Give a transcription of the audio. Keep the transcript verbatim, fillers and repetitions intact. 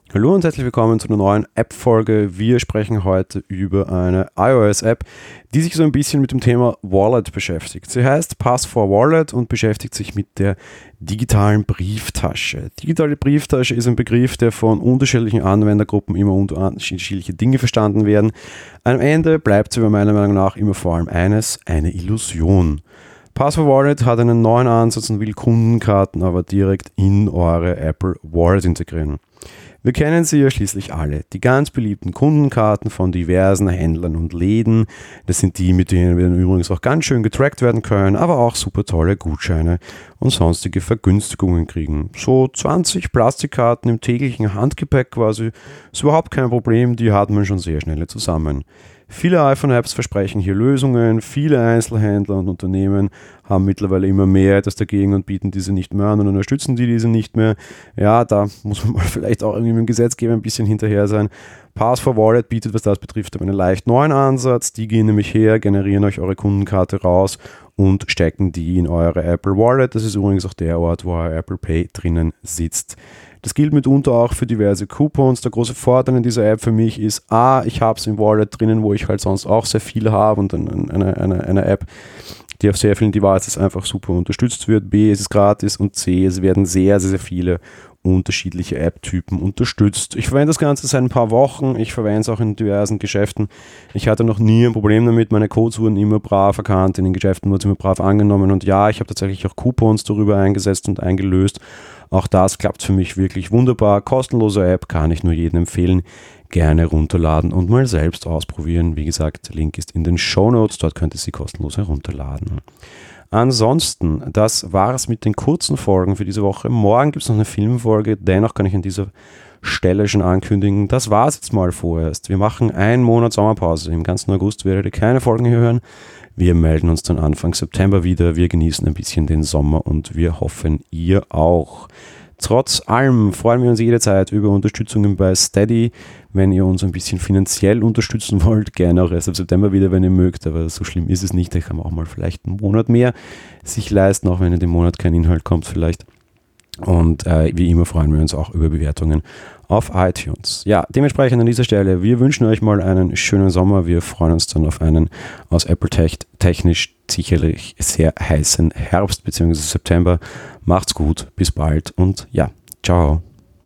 Hallo und herzlich willkommen zu einer neuen App-Folge. Wir sprechen heute über eine iOS-App, die sich so ein bisschen mit dem Thema Wallet beschäftigt. Sie heißt Pass for Wallet und beschäftigt sich mit der digitalen Brieftasche. Digitale Brieftasche ist ein Begriff, der von unterschiedlichen Anwendergruppen immer unter unterschiedliche Dinge verstanden werden. Am Ende bleibt sie meiner Meinung nach immer vor allem eines, eine Illusion. Pass for Wallet hat einen neuen Ansatz und will Kundenkarten aber direkt in eure Apple Wallet integrieren. Wir kennen sie ja schließlich alle, die ganz beliebten Kundenkarten von diversen Händlern und Läden. Das sind die, mit denen wir übrigens auch ganz schön getrackt werden können, aber auch super tolle Gutscheine und sonstige Vergünstigungen kriegen. So zwanzig Plastikkarten im täglichen Handgepäck quasi, ist überhaupt kein Problem, die hat man schon sehr schnell zusammen. Viele iPhone-Apps versprechen hier Lösungen, viele Einzelhändler und Unternehmen haben mittlerweile immer mehr etwas dagegen und bieten diese nicht mehr an und unterstützen die diese nicht mehr. Ja, da muss man mal vielleicht auch irgendwie mit dem Gesetzgeber ein bisschen hinterher sein. Pass for Wallet bietet, was das betrifft, einen leicht neuen Ansatz. Die gehen nämlich her, generieren euch eure Kundenkarte raus und stecken die in eure Apple Wallet. Das ist übrigens auch der Ort, wo euer Apple Pay drinnen sitzt. Das gilt mitunter auch für diverse Coupons. Der große Vorteil in dieser App für mich ist, A, ich habe es im Wallet drinnen, wo ich halt sonst auch sehr viel habe und eine, eine, eine App, die auf sehr vielen Devices einfach super unterstützt wird. B, es ist gratis und C, es werden sehr, sehr, sehr viele unterschiedliche App-Typen unterstützt. Ich verwende das Ganze seit ein paar Wochen, ich verwende es auch in diversen Geschäften. Ich hatte noch nie ein Problem damit, meine Codes wurden immer brav erkannt, in den Geschäften wurden sie immer brav angenommen und ja, ich habe tatsächlich auch Coupons darüber eingesetzt und eingelöst. Auch das klappt für mich wirklich wunderbar. Kostenlose App, kann ich nur jedem empfehlen. Gerne runterladen und mal selbst ausprobieren. Wie gesagt, der Link ist in den Shownotes, dort könnt ihr sie kostenlos herunterladen. Ansonsten, das war es mit den kurzen Folgen für diese Woche. Morgen gibt es noch eine Filmfolge, dennoch kann ich an dieser Stelle schon ankündigen, das war es jetzt mal vorerst. Wir machen einen Monat Sommerpause. Im ganzen August werdet ihr keine Folgen hier hören. Wir melden uns dann Anfang September wieder. Wir genießen ein bisschen den Sommer und wir hoffen, ihr auch. Trotz allem freuen wir uns jederzeit über Unterstützungen bei Steady. Wenn ihr uns ein bisschen finanziell unterstützen wollt, gerne auch erst ab September wieder, wenn ihr mögt. Aber so schlimm ist es nicht. Da kann man auch mal vielleicht einen Monat mehr sich leisten, auch wenn in dem Monat kein Inhalt kommt vielleicht. Und äh, wie immer freuen wir uns auch über Bewertungen auf iTunes. Ja, dementsprechend an dieser Stelle, wir wünschen euch mal einen schönen Sommer. Wir freuen uns dann auf einen aus Apple Tech technisch sicherlich sehr heißen Herbst bzw. September. Macht's gut, bis bald und ja, ciao.